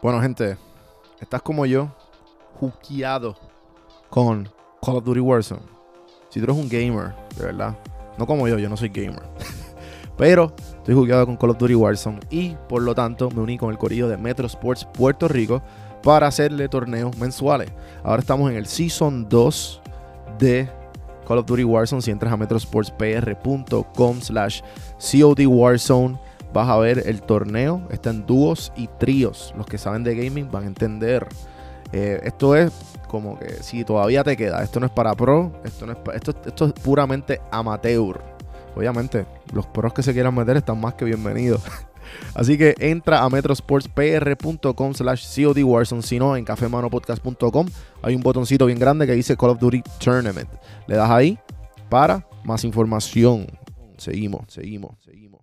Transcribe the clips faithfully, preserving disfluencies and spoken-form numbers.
Bueno, gente, estás como yo, juqueado con Call of Duty Warzone. Si tú eres un gamer, de verdad, no como yo, yo no soy gamer, pero estoy juqueado con Call of Duty Warzone y por lo tanto me uní con el corillo de Metro Sports Puerto Rico para hacerle torneos mensuales. Ahora estamos en el Season dos de Call of Duty Warzone. Si entras a metrosportspr.com slash COD Warzone, vas a ver el torneo. Está en dúos y tríos. Los que saben de gaming van a entender. Eh, esto es como que si todavía te queda. Esto no es para pro. Esto, no es pa- esto, esto es puramente amateur. Obviamente, los pros que se quieran meter están más que bienvenidos. Así que entra a metrosportspr.com slash COD Warzone. Si no, en cafemanopodcast punto com hay un botoncito bien grande que dice Call of Duty Tournament. Le das ahí para más información. Seguimos, seguimos, seguimos.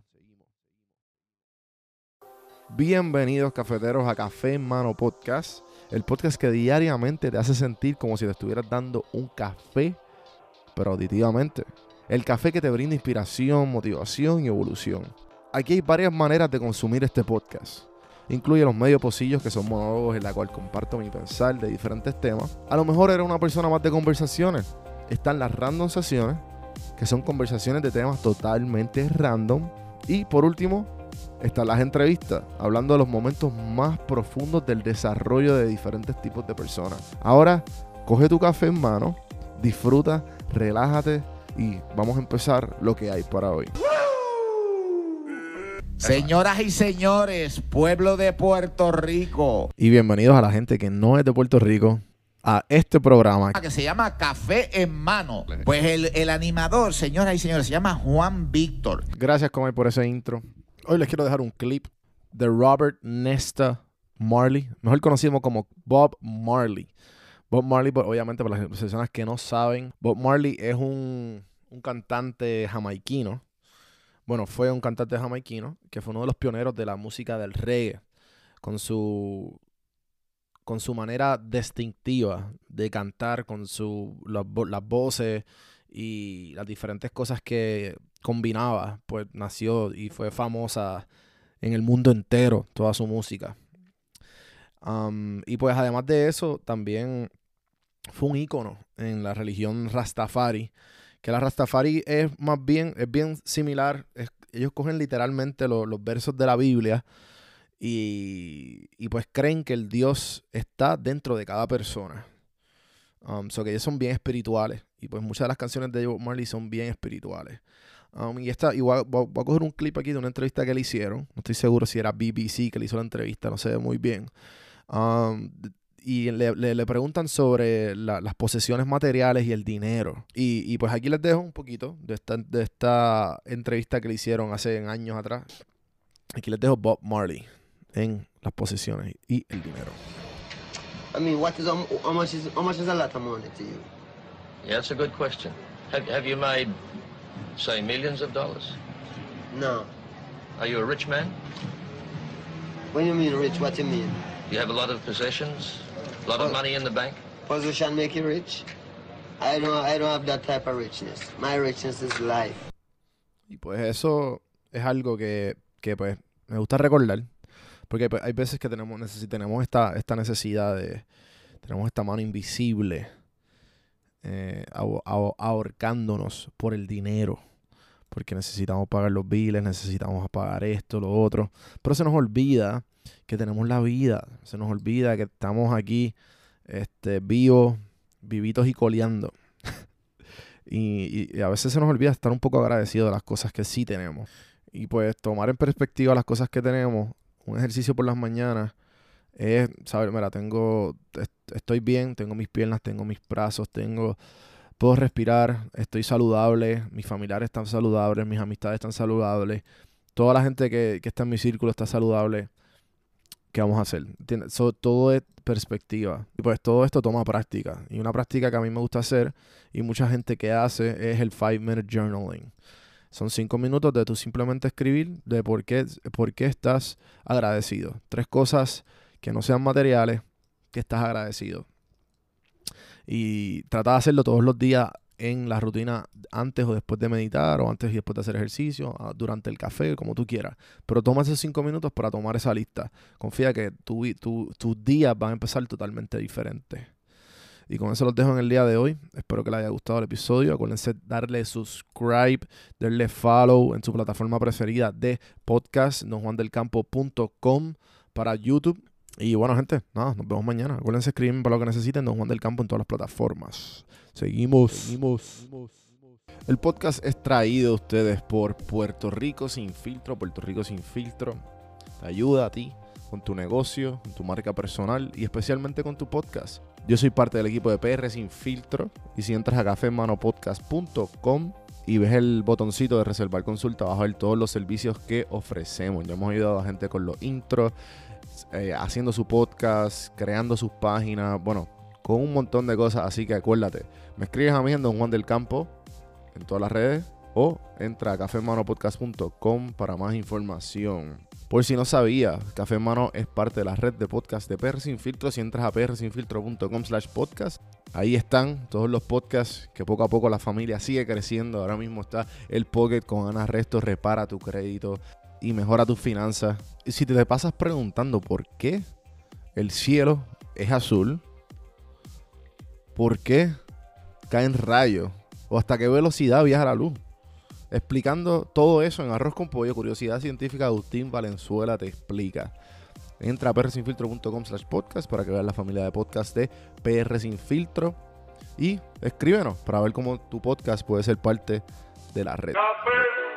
Bienvenidos, cafeteros, a Café en Mano Podcast, el podcast que diariamente te hace sentir como si te estuvieras dando un café, pero auditivamente. El café que te brinda inspiración, motivación y evolución. Aquí hay varias maneras de consumir este podcast. Incluye los medios pocillos, que son monólogos en la cual comparto mi pensar de diferentes temas. A lo mejor era una persona más de conversaciones. Están las random sesiones, que son conversaciones de temas totalmente random. Y por último, están las entrevistas, hablando de los momentos más profundos del desarrollo de diferentes tipos de personas. Ahora, coge tu café en mano, disfruta, relájate y vamos a empezar lo que hay para hoy. Señoras y señores, pueblo de Puerto Rico, Y bienvenidos a la gente que no es de Puerto Rico a este programa. que se llama Café en Mano. Pues el, el animador, señoras y señores, se llama Juan Víctor. Gracias, Comay, por ese intro. Hoy les quiero dejar un clip de Robert Nesta Marley, mejor conocido como Bob Marley. Bob Marley, pues, obviamente, para las personas que no saben, Bob Marley es un, un cantante jamaiquino. Bueno, fue un cantante jamaiquino que fue uno de los pioneros de la música del reggae, con su, con su manera distintiva de cantar, con su, las, vo- las voces y las diferentes cosas que combinaba, pues nació y fue famosa en el mundo entero, toda su música. Um, y pues además de eso, también fue un ícono en la religión Rastafari, que la Rastafari es más bien, es bien similar, es- ellos cogen literalmente lo- los versos de la Biblia y, y pues creen que el Dios está dentro de cada persona. Um, so que ellos son bien espirituales y pues muchas de las canciones de Bob Marley son bien espirituales. Um, y esta, igual voy, voy a coger un clip aquí de una entrevista que le hicieron. No estoy seguro si era B B C que le hizo la entrevista, no sé muy bien. Um, y le, le- le preguntan sobre la- las posesiones materiales y el dinero. Y, y pues aquí les dejo un poquito de esta, de esta entrevista que le hicieron hace años atrás. Aquí les dejo Bob Marley en las posesiones y el dinero. I mean, what is how how much is how much is a lot of money to you? Yeah, that's a good question. Have, have you made, say, millions of dollars? No. Are you a rich man? When you mean rich, what you mean? Do you have a lot of possessions? A lot of Well- money in the bank? Position make you rich? I don't I don't have that type of richness. My richness is life. Y pues eso es algo que, que pues me gusta recordar. Porque pues, hay veces que tenemos, necesi- tenemos esta, esta necesidad de... Tenemos esta mano invisible eh, aho- aho- ahorcándonos por el dinero. Porque necesitamos pagar los biles, necesitamos pagar esto, lo otro. Pero se nos olvida que tenemos la vida. Se nos olvida que estamos aquí este, vivos, vivitos y coleando. y, y- y a veces se nos olvida estar un poco agradecidos de las cosas que sí tenemos. Y pues tomar en perspectiva las cosas que tenemos. Un ejercicio por las mañanas es, saber, mira, tengo, est- estoy bien, tengo mis piernas, tengo mis brazos, tengo, puedo respirar, estoy saludable, mis familiares están saludables, mis amistades están saludables, toda la gente que, que está en mi círculo está saludable. ¿Qué vamos a hacer? ¿Entiendes? So, todo es perspectiva. Y pues todo esto toma práctica. Y una práctica que a mí me gusta hacer y mucha gente que hace es el five minute journaling. Son cinco minutos de tú simplemente escribir de por qué, por qué estás agradecido. Tres cosas que no sean materiales que estás agradecido. Y trata de hacerlo todos los días en la rutina antes o después de meditar, o antes y después de hacer ejercicio, durante el café, como tú quieras. Pero toma esos cinco minutos para tomar esa lista. Confía que tu, tu, tus días van a empezar totalmente diferentes. Y con eso los dejo en el día de hoy. Espero que les haya gustado el episodio. Acuérdense darle subscribe, darle follow en su plataforma preferida de podcast, don juan del campo punto com para YouTube. Y bueno, gente, nada, nos vemos mañana. Acuérdense escribirme para lo que necesiten, Don Juan del Campo en todas las plataformas. Seguimos. Seguimos. El podcast es traído a ustedes por Puerto Rico Sin Filtro. Puerto Rico Sin Filtro te ayuda a ti con tu negocio, con tu marca personal y especialmente con tu podcast. Yo soy parte del equipo de P R Sin Filtro, y si entras a café mano podcast punto com y ves el botoncito de reservar consulta, vas a ver todos los servicios que ofrecemos. Ya hemos ayudado a gente con los intros, eh, haciendo su podcast, creando sus páginas, bueno, con un montón de cosas. Así que acuérdate, me escribes a mí en Don Juan del Campo en todas las redes, o entra a café mano podcast punto com para más información. Por si no sabía, Café en Mano es parte de la red de podcast de P R Sin Filtro. Si entras a p r sin filtro punto com slash podcast, ahí están todos los podcasts que poco a poco la familia sigue creciendo. Ahora mismo está el Pocket con Ana Resto, repara tu crédito y mejora tus finanzas. Y si te pasas preguntando por qué el cielo es azul, por qué caen rayos, o hasta qué velocidad viaja la luz, explicando todo eso en Arroz con Pollo, Curiosidad Científica, Agustín Valenzuela te explica. Entra a p r sin filtro punto com slash podcast para que veas la familia de podcast de P R Sin Filtro, y escríbenos para ver cómo tu podcast puede ser parte de la red.